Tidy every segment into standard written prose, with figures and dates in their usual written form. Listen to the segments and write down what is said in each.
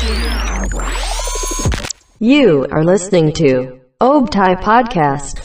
You are listening to Obtai Podcast.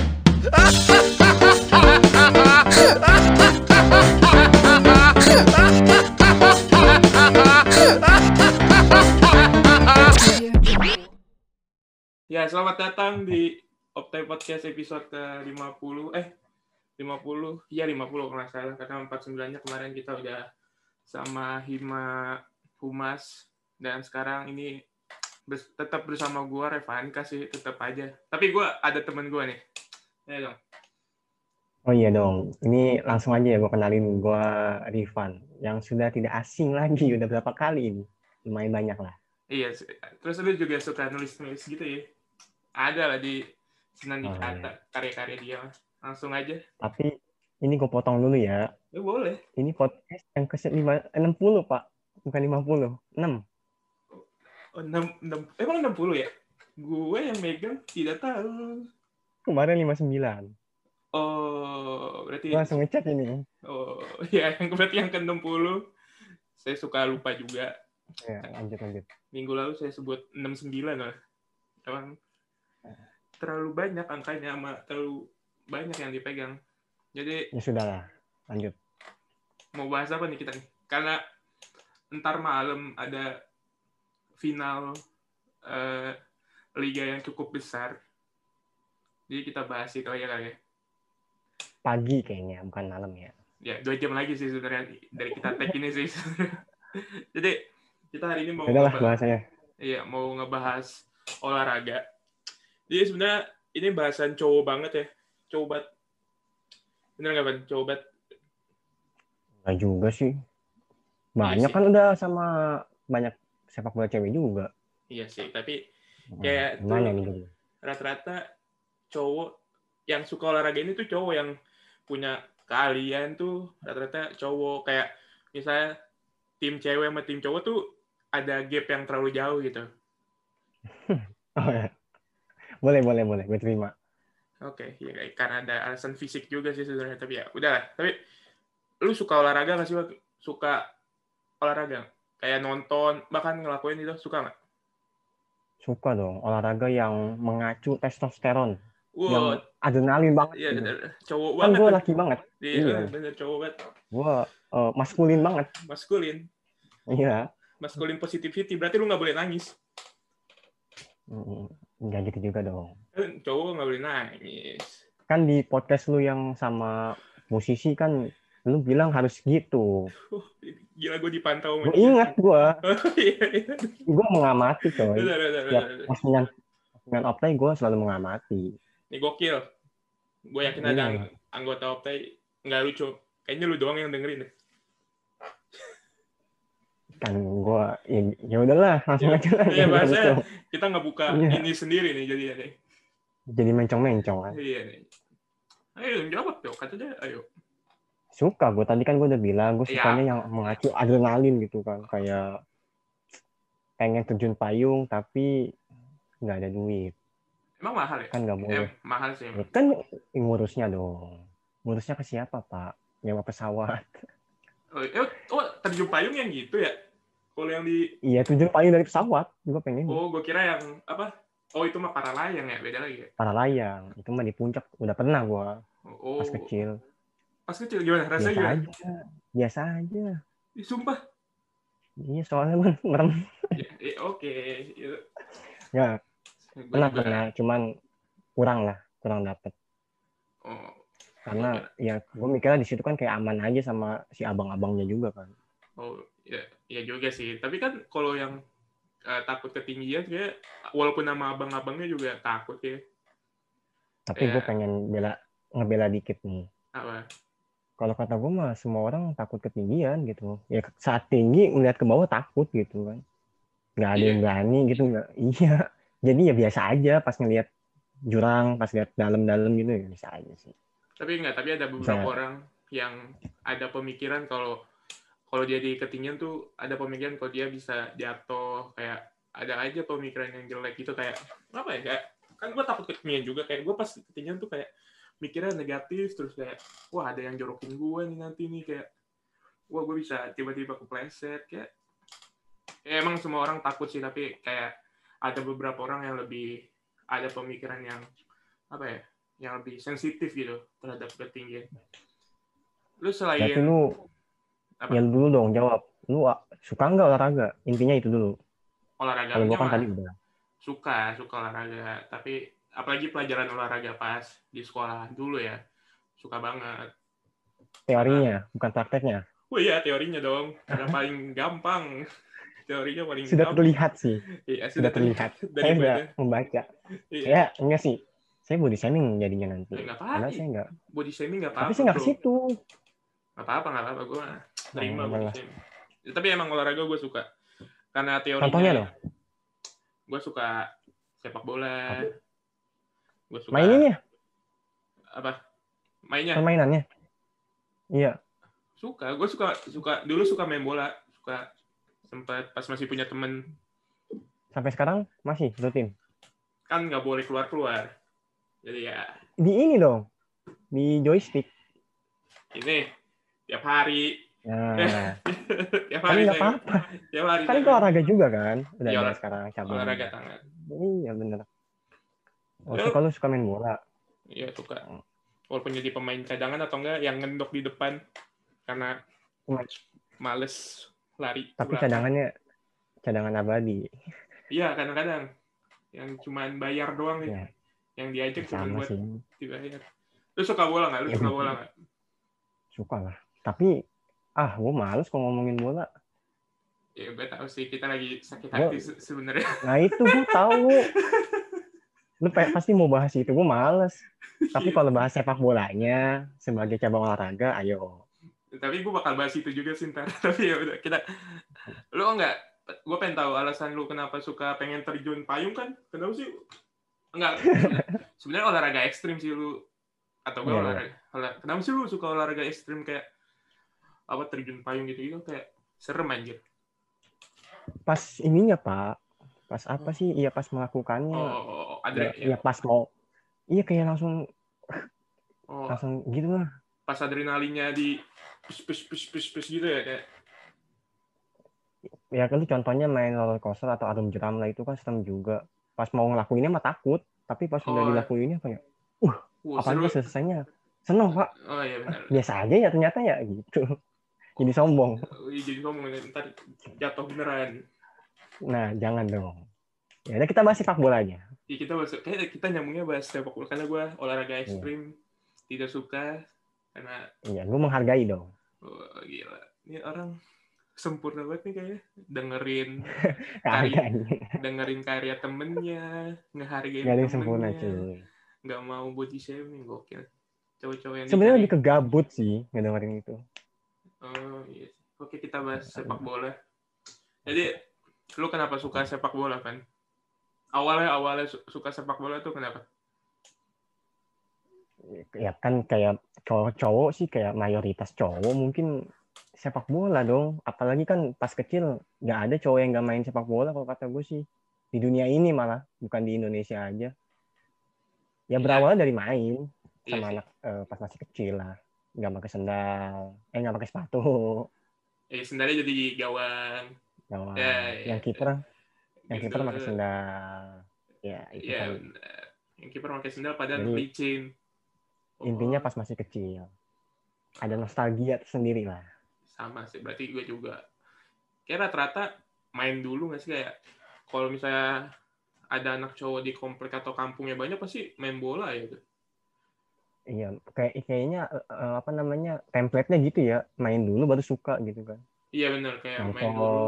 Ya, selamat datang di Obtai Podcast episode ke-50. 50. Iya, 50 kalau nggak salah. Karena 49-nya kemarin kita udah sama Hima Humas. Dan sekarang ini tetap bersama gue, Revan. Kasih tetap aja. Tapi gue ada temen gue nih. Ya dong. Oh iya dong, ini langsung aja ya gue kenalin gue Rifan yang sudah tidak asing lagi, udah berapa kali ini, lumayan banyak lah. Iya, terus lu juga suka nulis-nulis gitu ya? Ada lah di Senandika Iya. karya-karya dia. Langsung aja. Tapi ini gue potong dulu ya, Ya boleh. ini podcast yang ke 60 Pak, bukan 50, 6. Oh, emang 60 ya? Gue yang megang tidak tahu. Kemarin 59. Oh, Gue berarti langsung ngecek ini. oh ya berarti yang ke-60. Saya suka lupa juga. Ya, lanjut. Minggu lalu saya sebut 69 lah. Emang terlalu banyak angkanya sama terlalu banyak yang dipegang. Jadi Ya sudahlah, lanjut. mau bahas apa nih kita nih? Karena ntar malam ada final liga yang cukup besar. Jadi kita bahas itu aja kali ya. Pagi kayaknya, bukan malam ya. Ya, 2 jam lagi sih sebenarnya dari kita tag ini sih. Jadi kita hari ini mau Udahlah bahasanya. Iya, mau ngebahas olahraga. Jadi sebenarnya ini bahasan cowok banget ya. Cowok banget. Bener nggak, Ban? Cowok banget. Nggak juga sih. Banyak Iya kan udah sama banyak sepak bola cewek juga. Iya sih, tapi kayak Gimana tuh nih? rata-rata cowok yang suka olahraga ini tuh cowok yang punya keahlian tuh rata-rata cowok. Kayak misalnya tim cewek sama tim cowok tuh ada gap yang terlalu jauh gitu. Oh ya. Boleh, gue terima. Oke, ya karena ada alasan fisik juga sih sebenarnya, tapi ya udahlah. Tapi lu suka olahraga nggak sih? Suka olahraga? Kayak nonton, bahkan ngelakuin itu, suka nggak? Suka dong, olahraga yang mengacu testosteron, Wow, yang adrenalin banget ya gitu. cowok Kan banget gue tuh. laki banget. Iya, bener cowok banget. Gue maskulin banget. Maskulin. Iya. Maskulin positivity, berarti lu nggak boleh nangis. Nggak gitu juga dong. Cowok nggak boleh nangis. Kan di podcast lu yang sama musisi kan, lu bilang harus gitu. Gila, gue dipantau. Gue ingat gue. Iya. Gue mengamati coy. Setiap Bener. postingan Optai gue selalu mengamati. Ini gokil. Gue yakin ada anggota Optai nggak lucu. Kayaknya lu doang yang dengerin deh. Kan gue ya udahlah langsung aja lah. Iya, bahasanya kita nggak buka ini sendiri nih jadi ya deh. Jadi mencong-mencong kan. Iya nih. Ayo jawab dong, kata dia. Ayo. Suka gue tadi kan gue udah bilang gue sukanya yang mengacu adrenalin gitu kan, kayak pengen terjun payung tapi nggak ada duit. Emang mahal ya? Kan nggak boleh. Mahal sih. Ya, kan ngurusnya dong. Ngurusnya ke siapa Pak? Nyewa pesawat. Oh, terjun payung yang gitu ya? Kalau yang di Iya, terjun payung dari pesawat. Gue pengen. Oh, gue kira yang apa? Oh, itu mah para layang ya, beda lagi ya? Para layang. Itu mah di puncak udah pernah gue. Oh. Pas kecil. Pas kecil gimana? Rasanya gimana? Biasa aja. Sumpah. Iya, soalnya gue merem. Oke. Ya, pernah. Cuman kurang dapet. Oh. Karena ya gue mikirnya di situ kan kayak aman aja sama si abang-abangnya juga kan. Oh, ya juga sih. Tapi kan kalau yang takut ketinggian kayak walaupun nama abang-abangnya juga takut ya. Tapi gue pengen ngebela dikit nih. Apa? Kalau kata gue mah semua orang takut ketinggian gitu. Ya saat tinggi ngeliat ke bawah takut gitu kan. Nggak ada yang berani gitu nggak. Iya. Jadi ya biasa aja pas ngeliat jurang, pas lihat dalam-dalam gitu ya bisa aja sih. Tapi ada beberapa orang yang ada pemikiran kalau dia di ketinggian tuh ada pemikiran kalau dia bisa jatuh, kayak ada aja pemikiran yang jelek gitu, kayak apa ya, kayak kan gue takut ketinggian juga, kayak gue pas ketinggian tuh kayak mikirnya negatif terus, kayak wah ada yang jorokin gue nih nanti nih, kayak wah gue bisa tiba-tiba kepleset, kayak Ya, emang semua orang takut sih, tapi kayak ada beberapa orang yang lebih ada pemikiran yang apa ya, yang lebih sensitif gitu terhadap ketinggian. Lu Berarti selain lu, ya apa lu dulu dong jawab. Lu suka nggak olahraga? Intinya itu dulu. Kalau olahraganya gua kan mah tadi udah. suka olahraga, tapi apalagi pelajaran olahraga pas di sekolah dulu ya, suka banget. Karena, Teorinya, bukan prakteknya. oh iya teorinya dong, yang paling gampang. Teorinya paling Sudah gampang. terlihat sih. Iya, Sudah sudah terlihat. Saya sudah daripada. membaca. Iya. Ya, enggak sih. Saya body shaming jadinya nanti. Nggak apa-apa. Padahal saya enggak. Body shaming nggak Tapi apa-apa, saya enggak ke bro. situ. Nggak apa-apa. Gue terima Nah, body malah. shaming. Ya, tapi emang olahraga gue suka. Karena Contohnya teorinya, dong. gue suka sepak bola. Gue suka Maininnya, apa? Mainnya. permainannya. Iya. Gue dulu suka main bola. Sempat pas masih punya temen. Sampai sekarang masih rutin. Kan nggak boleh keluar. Jadi ya. Di ini dong. Di joystick. Ini tiap hari. Nah, Tiap kan hari nggak saya. apa-apa. Tiap hari. Kan itu olahraga juga kan. Udah Iya, ada sekarang cabang. olahraga tangan. Iya bener. Oh, Lu- kalau suka main bola. Iya suka. Walaupun jadi pemain cadangan atau enggak yang ngendok di depan karena males lari. ke Tapi belakang. cadangan abadi. Iya kadang-kadang yang cuman bayar doang nih. Ya, Yang diajak cuma sama buat sih. dibayar. Lu suka bola nggak? Lu Ya, suka bola nggak? suka lah. Tapi gue males kalau ngomongin bola. Ya gue tahu sih kita lagi sakit Gua- hati sebenarnya. Nah itu gue tahu. Lu pasti mau bahas itu, gue males. Tapi kalau bahas sepak bolanya sebagai cabang olahraga, ayo. Tapi gue bakal bahas itu juga sih ntar. Tapi ya udah kita. Lu enggak? Gue pengen tahu alasan lu kenapa suka pengen terjun payung kan? Kenapa sih? Enggak. Sebenarnya olahraga ekstrim sih lu. Atau gue Iya. olahraga. Kenapa sih lu suka olahraga ekstrim kayak apa terjun payung gitu kayak serem anjir. Pas ininya Pak, pas apa sih? Iya pas melakukannya. Oh, ada Ya pas mau. Iya kayak langsung Oh, gitu lah. pas adrenalinnya di pus gitu ya kayak. Ya kan contohnya main roller coaster atau adem jeram lah itu kan serem juga. Pas mau ngelakuinnya mah takut, tapi pas udah dilakuinnya kayak, apalagi pas selesainya seneng Pak. Oh iya benar. Biasa aja ya ternyata ya gitu. Jadi sombong. Jadi sombong ntar jatuh beneran. Nah jangan dong. Ya udah kita bahas sepak bola aja. Ya, kita nyambungnya bahas sepak bola karena gue olahraga ekstrim tidak suka karena. Iya, gue menghargai dong. Oh, gila. Ini orang sempurna banget nih kayaknya dengerin karya temennya, ngehargain temennya. Gak ada yang sempurna cuy. Nggak mau body shaming, gokil. Cowok-cowok yang sebenarnya lebih ke gabut sih ngedengerin itu. Oh iya. Oke, kita bahas sepak bola. Jadi lu kenapa suka sepak bola kan? Awalnya suka sepak bola tuh kenapa? Ya kan kayak cowok sih, kayak mayoritas cowok mungkin sepak bola dong. Apalagi kan pas kecil nggak ada cowok yang nggak main sepak bola kalau kata gue sih. Di dunia ini malah, bukan di Indonesia aja. Ya berawal dari main sama anak pas masih kecil lah. Nggak pakai sendal, nggak pakai sepatu. Sendalnya jadi gawang. Yang kiper pakai sendal. Ya itu kan. Yang kiper pakai sendal padahal licin. Intinya pas masih kecil. Ada nostalgia tersendiri lah. Sama sih, berarti gue juga. Kayak rata-rata main dulu nggak sih kayak kalau misalnya ada anak cowok di komplek atau kampungnya banyak pasti main bola ya tuh. Iya, kayaknya apa namanya template-nya gitu ya, main dulu baru suka gitu kan. Iya benar, kayak nonton, main dulu.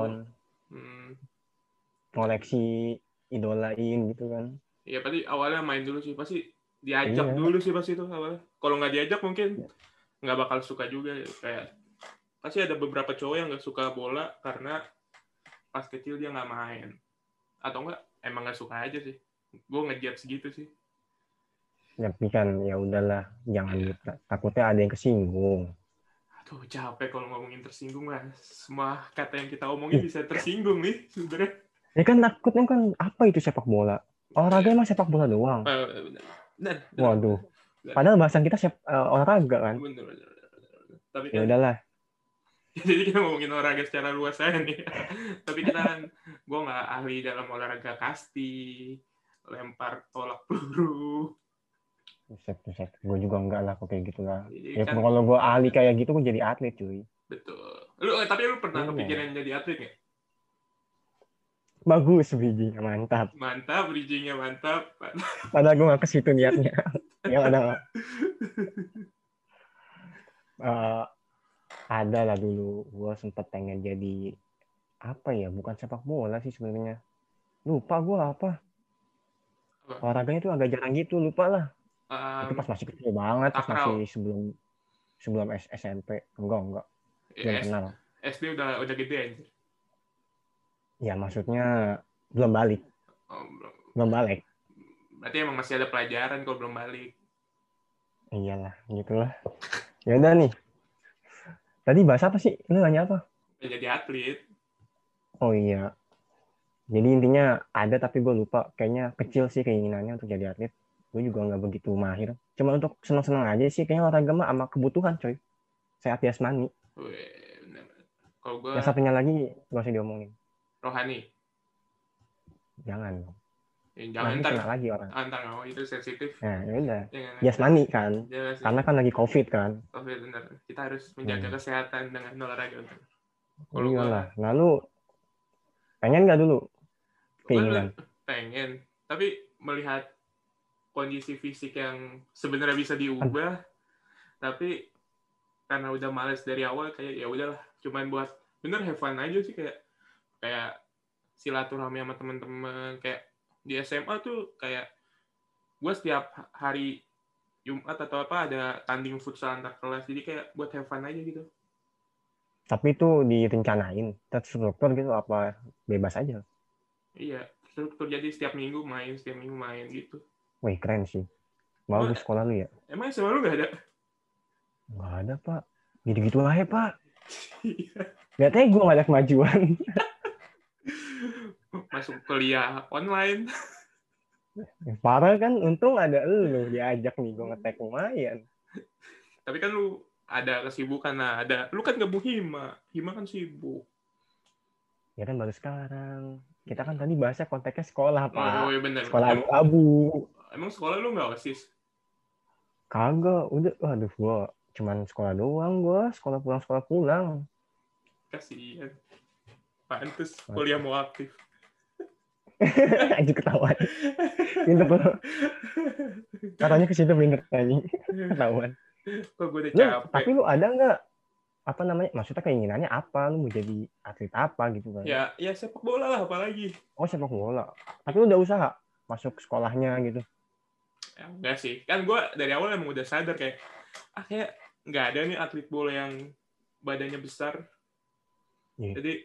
Koleksi, idolain gitu kan. Iya, pasti awalnya main dulu sih, pasti diajak dulu sih pasti itu awalnya. Kalau nggak diajak mungkin nggak bakal suka juga. Kayak pasti ada beberapa cowok yang nggak suka bola karena pas kecil dia nggak main. Atau nggak, emang nggak suka aja sih. Gue ngejudge segitu sih. Ya, tapi kan ya udahlah, jangan takutnya ada yang kesinggung. Aduh, capek kalau ngomongin tersinggung lah. Semua kata yang kita omongin bisa tersinggung nih sebenarnya. Ya kan takutnya kan apa itu sepak bola? Olahraga emang sepak bola doang. Benar. Waduh. Padahal bahasan kita olahraga kan. Benar. Tapi ya udahlah. Jadi kita ngomongin olahraga secara luas aja nih. Tapi kita kan, gue nggak ahli dalam olahraga kasti, lempar tolak peluru. Buset. Gue juga enggak lah kok kayak gitu lah. Jadi Ya kan kalau gue ahli kayak gitu, gue jadi atlet cuy. betul. Tapi lu pernah Gimana ya? kepikiran jadi atlet nggak? Bagus bijinya, mantap. Mantap, bridging-nya mantap. Padahal gue gak ke situ niatnya. Yang ada lah dulu. Gue sempet pengen jadi apa ya? Bukan sepak bola sih sebenarnya. Lupa gue apa. Apa? Olahraganya tuh agak jarang gitu. Lupa lah. Itu Um, pas masih kecil banget. Pas masih takraw. sebelum SMP. Enggak. Belum Ya, kenal. SD udah gede anjir. Ya maksudnya belum balik. Oh, belum. Belum balik. Berarti emang masih ada pelajaran kalau belum balik. Iyalah, gitulah. Ya udah nih. Tadi bahas apa sih? Lu nanya apa? Jadi atlet. Oh iya. Jadi intinya ada tapi gue lupa. Kayaknya kecil sih keinginannya untuk jadi atlet. Gue juga nggak begitu mahir. Cuma untuk senang-senang aja sih. Kayaknya olahraga mah sama kebutuhan coy. Sehat jasmani. Wih, bener. Kalau gue Yang satunya lagi gak usah diomongin. rohani. Jangan. Jangan Nanti ntar kena lagi orang. itu sensitif. Nah ya udah. Jangan. Jasmani kan. Jelas, Karena kan lagi COVID kan. COVID bener. Kita harus menjaga kesehatan dengan olahraga. Kalau Iyalah. Lalu pengen nggak dulu keinginan? gue pengen, tapi melihat kondisi fisik yang sebenarnya bisa diubah, tapi karena udah males dari awal kayak ya udahlah, cuman buat bener have fun aja sih, kayak silaturahmi sama teman-teman. Kayak di SMA tuh kayak gue setiap hari Jumat atau apa ada tanding futsal antar kelas, jadi kayak buat have fun aja gitu. Tapi itu direncanain, terstruktur gitu apa bebas aja? Iya, struktur, jadi setiap minggu main gitu. Wih keren sih. Bagus sekolah lu ya? Emang SMA lu nggak ada? Nggak ada pak. Gitu-gitu aja pak. Lihat aja gue nggak ada kemajuan. Masuk kuliah online. Parah kan, untung ada lu diajak nih gue ngetek lumayan. Tapi kan lu ada kesibukan, lu kan gabung Hima kan sibuk. Ya kan baru sekarang. Kita kan tadi bahasnya konteksnya sekolah pak. Oh iya benar. Sekolah abu-abu. Emang sekolah lu nggak OSIS? Kagak, udah, waduh gue cuman sekolah doang gue, sekolah pulang. Kasihan. Pantes kuliah mau aktif. Aja ketahuan. Pinter lo. Katanya ke situ pinter tadi. Ketahuan. Kok gue udah capek. Tapi lu ada nggak apa namanya? Maksudnya keinginannya apa? Lu mau jadi atlet apa gitu kan? Ya sepak bola lah apalagi. Oh sepak bola. Tapi lu udah usaha masuk sekolahnya gitu? Ya enggak sih. Kan gue dari awal emang udah sadar kayak kayak nggak ada nih atlet bola yang badannya besar. Yeah. Jadi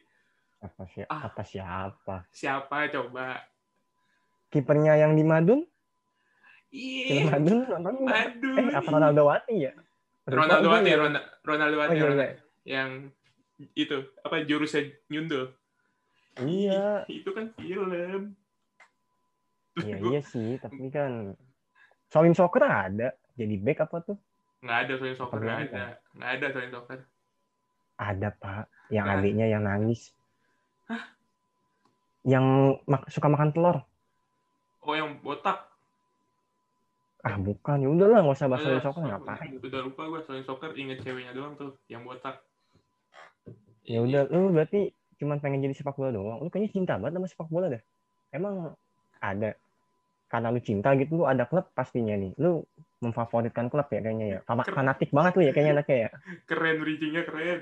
siapa? Siapa coba? Kipernya yang di Madun? Iya. Madun nonton nggak? Apa Ronaldo Wati ya? Ronaldo Wati iya. Yang itu apa jurusnya nyundul? Iya. Itu kan film. Iya sih, tapi kan Solin Soccer ada. Jadi back apa tuh? Nggak ada Solin Soccer, nggak ada Solin Soccer. Ada pak, yang adiknya yang nangis. Hah? Yang suka makan telur. Oh yang botak. Bukan, ya udahlah nggak usah bahas Solin Soccer, ngapain. Udah lupa gue Solin Soccer, inget ceweknya doang tuh yang botak. Ya udah, lu berarti cuma pengen jadi sepak bola doang. Lu kayaknya cinta banget sama sepak bola dah. Emang ada karena lu cinta gitu, lu ada klub pastinya nih. Lu memfavoritkan klub ya kayaknya ya. Fanatik banget tuh ya kayaknya anaknya ya. Keren, bridging-nya keren.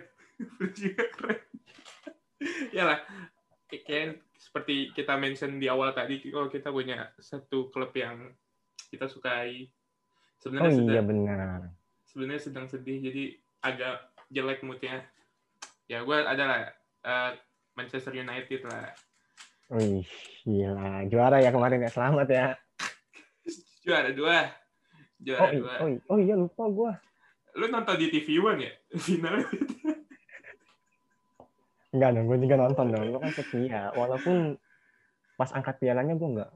Yalah, kayak seperti kita mention di awal tadi, kalau kita punya satu klub yang kita sukai. Sebenarnya benar. Sebenarnya sedang sedih, jadi agak jelek moodnya. Ya gue adalah Manchester United lah. Wih, gila. Juara ya kemarin ya. Selamat ya. Juara dua. Oh iya, lupa gue. Lu nonton di TV One ya? Finalnya? Enggak dong, gue juga nonton dong. Lu kan setia. Walaupun pas angkat pialanya gue enggak.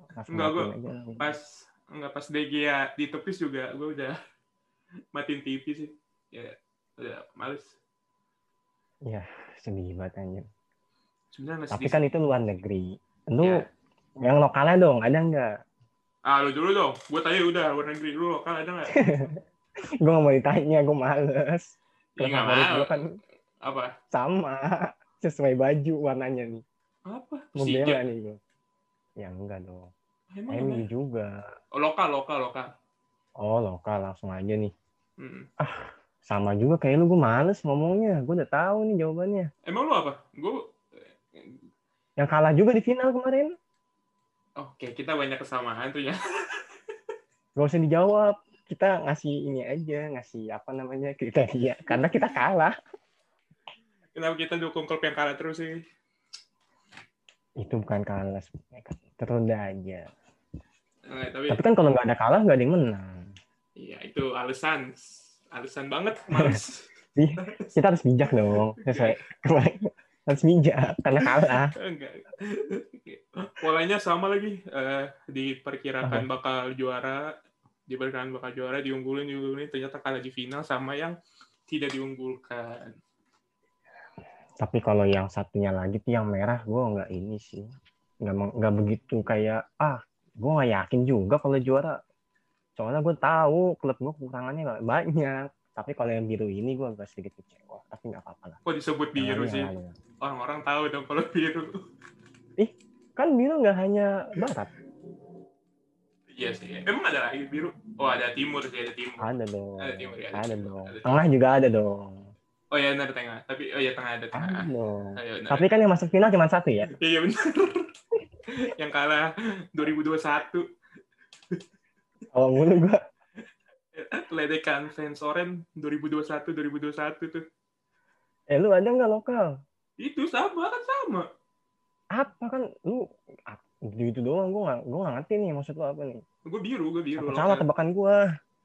Pas De Gea ditepis juga, gue udah matiin TV sih. Ya, udah males. Ya, sedih banget anjir. Sebenarnya nggak Tapi sedih kan sih. itu luar negeri. Lu Ya. yang lokalnya dong, ada nggak? Lu dulu dong. Gue tadi udah luar negeri dulu. Lokal ada nggak? Gue nggak mau ditanya, gue males. Ih, Klub nggak favorit mau. gue kan Apa? sama, sesuai baju warnanya nih. Apa? Mau Persija? bela nih gue. Ya enggak dong. Emang MU apa? juga. Oh, lokal. Oh, lokal langsung aja nih. Hmm. Sama juga kayak lu, gue males ngomongnya. Gue udah tahu nih jawabannya. Emang lu apa? Gue Yang kalah juga di final kemarin. Oke, kita banyak kesamaan tuh ya. Gak usah dijawab. Kita ngasih ini aja, ngasih apa namanya kriteria. Karena kita kalah. Kenapa kita dukung klub yang kalah terus sih? Itu bukan kalah, tertunda aja. Tapi Tapi kan kalau nggak ada kalah, nggak ada yang menang. iya, itu alasan banget males. Kita harus bijak dong. Harus bijak karena kalah. Enggak. Polanya sama lagi. Diperkirakan bakal juara, diunggulin, ternyata kalah di final sama yang tidak diunggulkan. Tapi kalau yang satunya lagi tuh yang merah, gue nggak ini sih. Nggak begitu kayak, gue nggak yakin juga kalau juara. Soalnya gue tahu klub gue kekurangannya nggak banyak. Tapi kalau yang biru ini gue agak sedikit kecewa. Tapi nggak apa-apa lah. Kok disebut biru sih? Orang-orang tahu dong kalau biru. Kan biru nggak hanya barat. Iya sih. Emang ada lagi biru? Oh, ada timur sih, ada timur. Ada dong. Ada timur ya. Ada dong. Tengah juga ada dong. Oh ya, benar tengah. Tapi tengah ada tengah. Ada dong. Ayo, Tapi kan yang masuk final cuma satu ya. Iya benar. Yang kalah 2021. Oh, mulu gue. Ledekan fans Oren 2021 tuh. Lu ada nggak lokal? Itu sama. Apa kan lu gitu doang, gue nggak ngerti nih maksud lu apa nih. Gue biru. Apa salah tebakan gue?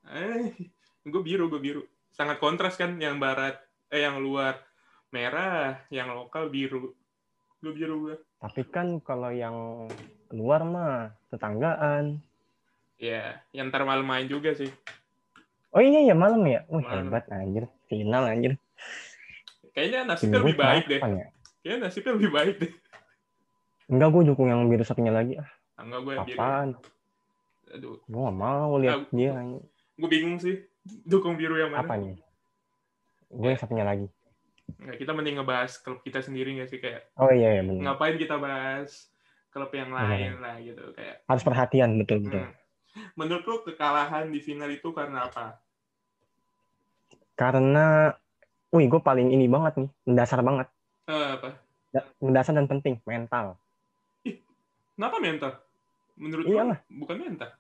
Gue biru. Sangat kontras kan, yang barat yang luar merah, yang lokal biru. Gue biru gue. Tapi kan kalau yang luar mah tetanggaan. Ya, yang ntar malam main juga sih. Oh iya ya malam ya. Malam. Hebat anjir. Final anjir. Kayaknya nasibnya lebih baik deh. Ya? Kayaknya nasibnya lebih baik deh. Enggak, gue dukung yang biru satunya lagi. Enggak, gue yang biru. Apaan? Aduh. Gue gak mau lihat dia. Gue bingung sih. Dukung biru yang mana? Apa nih? Gue yang satunya lagi. Nggak, kita mending ngebahas klub kita sendiri nggak sih? Kayak, oh iya benar. Ngapain kita bahas klub yang lain lah gitu. Kayak, harus perhatian betul. Menurut lu kekalahan di final itu karena apa? Karena, gue paling ini banget nih, mendasar banget. Apa? Mendasar dan penting, mental. Kenapa mental? Menurut Iyalah. lu bukan mental.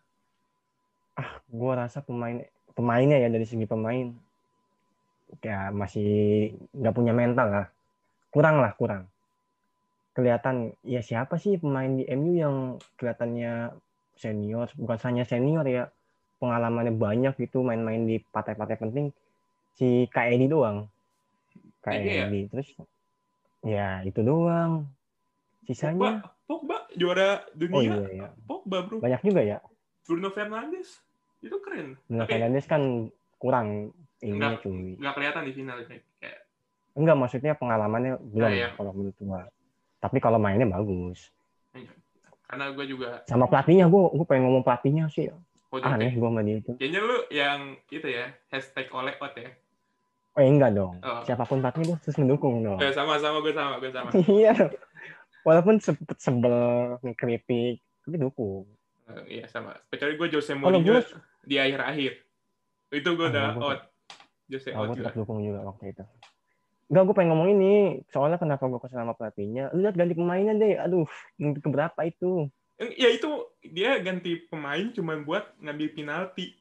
Gue rasa pemainnya ya, dari segi pemain kayak masih nggak punya mental lah. Kurang. Kelihatan ya, siapa sih pemain di MU yang kelihatannya senior, bukan hanya senior ya, pengalamannya banyak gitu, main-main di partai-partai penting. Si Kak Edi doang. Kak Edi. Terus ya itu doang. Sisanya Pogba juara dunia. Oh iya. Pogba, bro. Banyak juga ya. Bruno Fernandes itu keren. Fernandes kan kurang ininya, cuy. Nggak kelihatan di final kayak. Enggak, maksudnya pengalamannya belum kalau menurut gua. Tapi kalau mainnya bagus. Karena gue juga sama pelatihnya, gue pengen ngomong pelatihnya sih. Aneh gue sama dia itu. Kayaknya lu yang itu ya, #oleot ya. Oh enggak dong. Siapapun pelatihnya gue terus mendukung dong. Sama gue sama. Iya. Walaupun sebel ngekritik, tapi dukung. Iya sama. Kecuali gue Jose Mourinho di akhir-akhir. Itu gue udah out. Jose out. Gue tetap dukung juga waktu itu. Enggak, gue pengen ngomong ini. Soalnya kenapa gue kesel sama pelatihnya. Lihat ganti pemainnya deh. Aduh, keberapa itu? Ya itu, dia ganti pemain cuma buat ngambil penalti.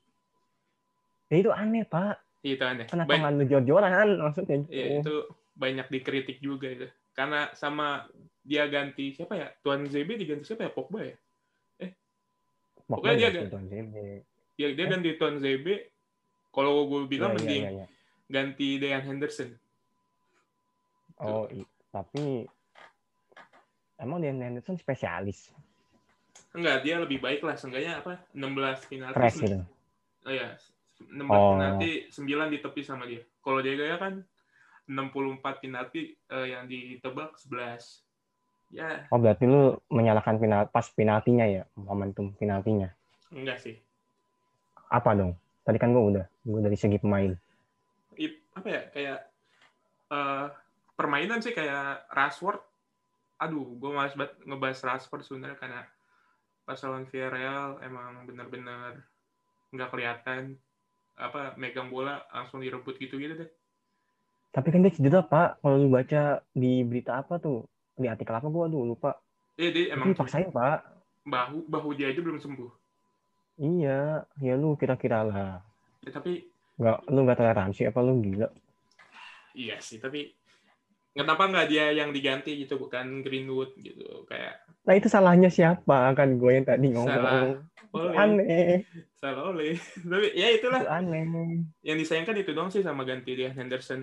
Ya itu aneh, Pak. Itu aneh. Kenapa nggak lu jor-joran maksudnya gitu. Ya itu banyak dikritik juga itu. Karena sama dia ganti siapa ya? Tuan ZB diganti siapa ya? Pogba ya? Pokoknya dia ganti Tuan ZB. Dia ganti Tuan ZB. Kalau gue bilang mending ganti Dean Henderson. Oh, tapi emang Dean Henderson spesialis? Enggak, dia lebih baik lah. Seenggaknya 16 penalti. Fresh gitu. Oh ya, 16 penalti, 9 di tepi sama dia. Kalau dia kan 64 penalti yang ditebak 11. Ya, Oh berarti lu menyalahkan pas penaltinya ya, momentum penaltinya. enggak sih. Apa dong? Tadi kan gue dari segi pemain. Apa ya, kayak permainan sih kayak Rashford. Aduh, gue malas banget ngebahas Rashford sebenarnya karena pas lawan Villarreal emang benar-benar nggak kelihatan apa megang bola langsung direbut gitu-gitu deh. Tapi kan dia cedera Pak. Kalau lu baca di berita apa tuh, di artikel apa gue lupa. Dia Itu emang dipaksain Pak. bahu dia aja belum sembuh. Iya, ya lu kira-kira lah. Ya, tapi Lu nggak toleransi apa lu gila? iya sih, tapi kenapa nggak dia yang diganti gitu, bukan Greenwood gitu, kayak Nah itu salahnya siapa? Kan gue yang tadi salah ngomong. Itu oleh aneh. salah oleh tapi ya Itu itulah aneh. yang disayangkan itu doang sih sama ganti dia Henderson.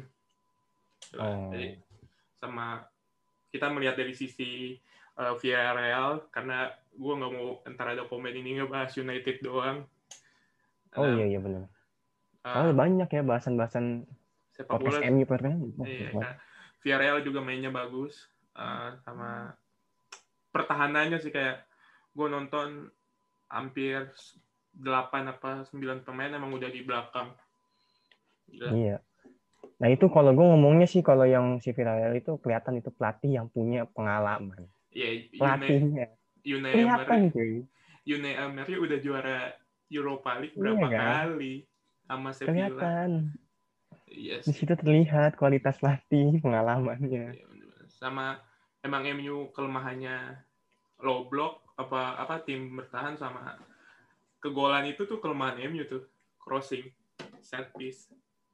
Jadi Oh. sama kita melihat dari sisi Villarreal, karena gue nggak mau ntar ada komen ini ngebahas United doang. Oh iya benar. Soalnya Uh, banyak ya bahasan-bahasan sepak podcast bola. MU pernah. Iya, kan. Villarreal juga mainnya bagus, sama pertahanannya sih, kayak gue nonton hampir 8 apa 9 pemain emang udah di belakang. Gila. Iya. Nah itu kalau gue ngomongnya sih kalau yang si Villarreal itu kelihatan itu pelatih yang punya pengalaman. Ya, Pelatihnya Unai kelihatan Emery, cuy. Unai Emery udah juara Europa League Iya berapa kan? kali sama Sevilla. Kelihatan. Iya Di sih. situ terlihat kualitas pelatih, pengalamannya. Iya, bener-bener. Sama emang MU kelemahannya low block apa tim bertahan, sama kegolan itu tuh kelemahan MU tuh, crossing, set piece.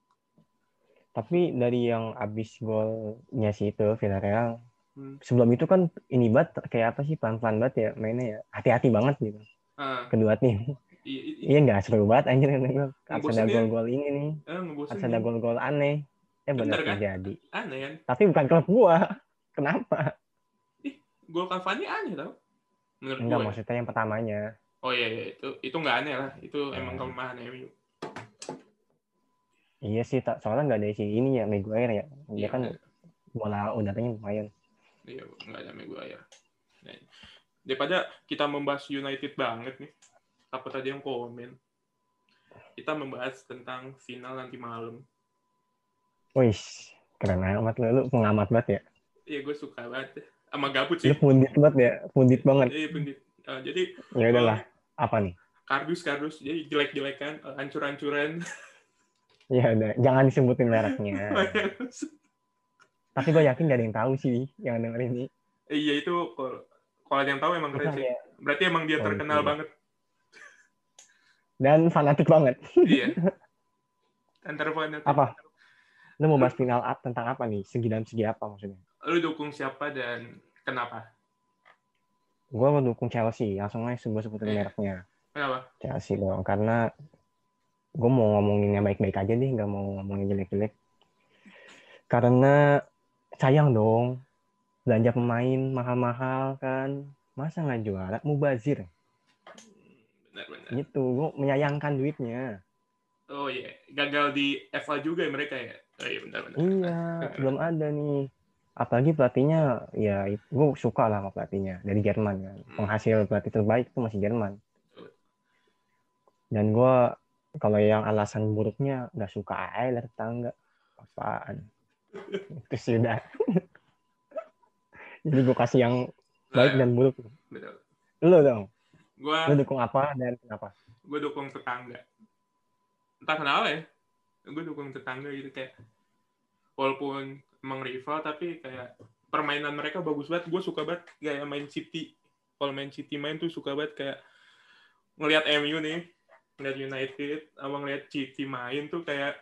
Tapi dari yang abis golnya si itu Villarreal, Hmm. sebelum itu kan ini banget kayak apa sih pelan-pelan banget ya mainnya ya, hati-hati banget gitu. Kedua tim. Iya nggak seru banget anjir, harus ada Ngebosenin ya. gol-gol ini nih, harus ada Ngebosenin. gol-gol aneh. Benar Bener kan? terjadi. Aneh kan? Tapi bukan klub gua. Kenapa? Gol Cavani aneh tau menurut Enggak, gue. maksudnya yang pertamanya. Oh iya, itu nggak aneh lah, itu emang Nah, kelemahan MU. iya sih, soalnya nggak ada si ini ya, Maguire ya. Dia Iya kan bener. bola udaranya lumayan. Iya, nggak ada Maguire. Nah, daripada kita membahas United banget nih, apa tadi yang komen, kita membahas tentang final nanti malam. Wih, keren amat lu pengamat banget ya. Iya, gue suka banget sama gabut Lu sih. pundit banget ya, pundit banget. Iya, pendit. Jadi Ya udahlah, apa nih? kardus jadi jelek-jelekan, hancur-hancuran. Ya udah, jangan disebutin mereknya. Tapi gue yakin gak ada yang tahu sih yang denger ini. Iya, itu kalau ada yang tahu emang keren sih. Berarti emang dia terkenal banget. Dan fanatik banget. Iya. Antara fanatik. Apa? Lu mau bahas final tentang apa nih? Segi dan segi apa maksudnya? Lu dukung siapa dan kenapa? Gue mendukung Chelsea. Langsung aja sebutin mereknya. Kenapa? Chelsea dong. Karena gue mau ngomonginnya baik-baik aja nih. Gak mau ngomongin jelek-jelek. Karena sayang dong. Belanja pemain mahal-mahal kan. Masa nggak juara? Mubazir. Benar-benar. Gitu. Gue menyayangkan duitnya. Oh iya. Gagal di FA juga ya mereka ya? Oh iya, benar-benar. Iya. Belum ada nih. Apalagi pelatihnya, ya gue suka lah sama pelatihnya. Dari Jerman kan. Penghasil pelatih terbaik itu masih Jerman. Dan gue, kalau yang alasan buruknya, nggak suka air tetangga. Apaan? Itu sudah. Jadi gue kasih yang baik dan buruk. Betul. Lu dong. Lu dukung apa dan kenapa? Gue dukung tetangga. Entah kenapa ya. Gue dukung tetangga gitu, kayak walaupun emang rival tapi kayak permainan mereka bagus banget. Gue suka banget kayak main City. Kalau main City main tuh suka banget, kayak ngelihat MU nih, ngelihat United, sama ngelihat City main tuh kayak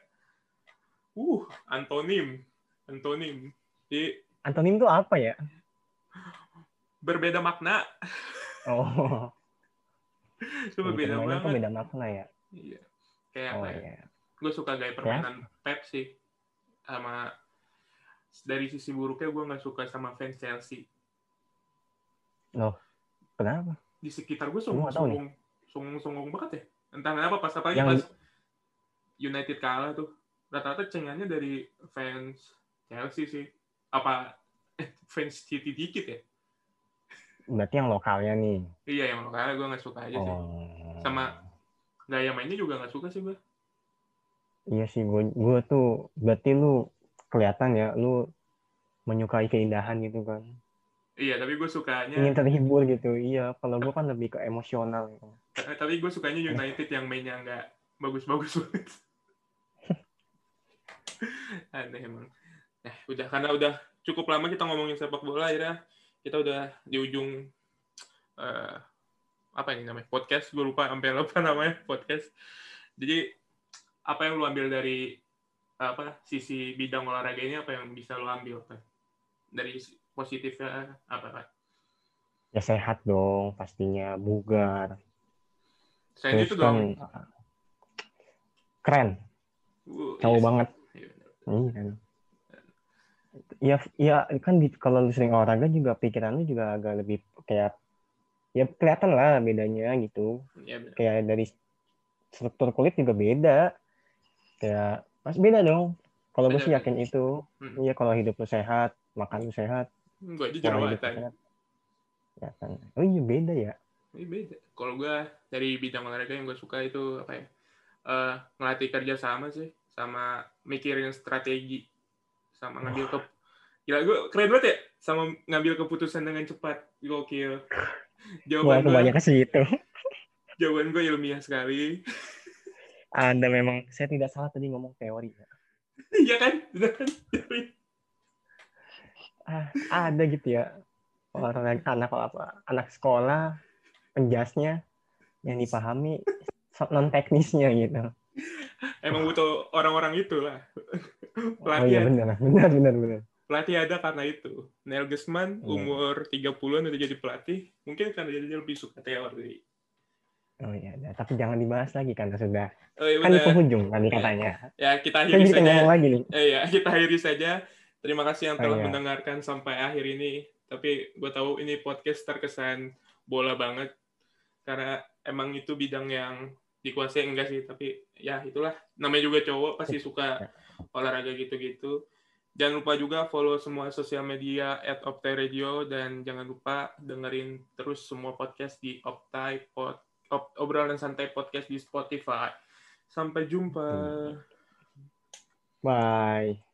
antonim. Jadi Antonim tuh apa ya? Berbeda makna. Oh. Itu berbeda banget. Tuh beda makna ya. Iya. Kayak iya. Gue suka gaya permainan Pep sih. Sama dari sisi buruknya gue nggak suka sama fans Chelsea. Loh, kenapa? Di sekitar gue songong banget ya. Entah kenapa pas United kalah tuh, rata-rata cengannya dari fans Chelsea sih. Apa fans City dikit ya? Berarti yang lokalnya nih. Iya, yang lokal gue nggak suka aja sih. Oh. Sama gaya mainnya juga nggak suka sih gue. Iya sih, gue tuh berarti lu kelihatan ya, lu menyukai keindahan gitu kan. Iya, tapi gue sukanya, Ingin terhibur gitu. Iya, kalau gue kan lebih ke emosional gitu. tapi gue sukanya United yang mainnya nggak bagus-bagus banget. Aneh emang. Udah karena udah cukup lama kita ngomongin sepak bola, akhirnya kita udah di ujung apa ini namanya podcast. Gue lupa sampai apa namanya podcast. Jadi apa yang lu ambil dari sisi bidang olahraga ini, apa yang bisa lu ambil Pak? Dari positifnya apa Pak? Ya sehat dong, pastinya bugar. Selain Terus itu kan dong, keren, cowok yes. banget. Iya kan. Ya kan kalau lu sering olahraga juga pikiran lu juga agak lebih kayak ya kelihatan lah bedanya gitu. Ya, benar. Kayak dari struktur kulit juga beda. Kayak pasti beda dong. Kalau gue sih yakin itu. Iya kalau hidup lu sehat, makan lu sehat, Gue aja pola hidup lu jerawatan. sehat. Ya kan. Oh iya beda ya. Ini beda. Kalau gue dari bidang olahraga yang gue suka itu apa ya? Ngelatih kerja sama sih, sama mikirin strategi, sama ngambil gila gue keren banget ya, sama ngambil keputusan dengan cepat, gokil. Wah, kebanyakan sih itu. Jawaban gue ilmiah sekali. Anda memang, saya tidak salah tadi ngomong teori. Iya kan? Benar kan? Ada gitu ya orang anak sekolah penjasnya yang dipahami non teknisnya gitu. Emang butuh orang-orang itulah. Oh iya benar. Pelatih ada karena itu. Nagelsmann umur 30-an udah jadi pelatih, mungkin karena dia lebih suka teori. Oh iya, tapi jangan dibahas lagi karena sudah kan di penghujung tadi katanya. Ya kita akhiri saja. Ngomong lagi nih. Kita akhiri saja. Terima kasih yang telah mendengarkan sampai akhir ini. Tapi gue tahu ini podcast terkesan bola banget karena emang itu bidang yang dikuasai enggak sih, tapi ya itulah, namanya juga cowok pasti suka olahraga gitu-gitu. Jangan lupa juga follow semua sosial media @optai_radio dan jangan lupa dengerin terus semua podcast di obrolan santai podcast di Spotify. Sampai jumpa. Bye.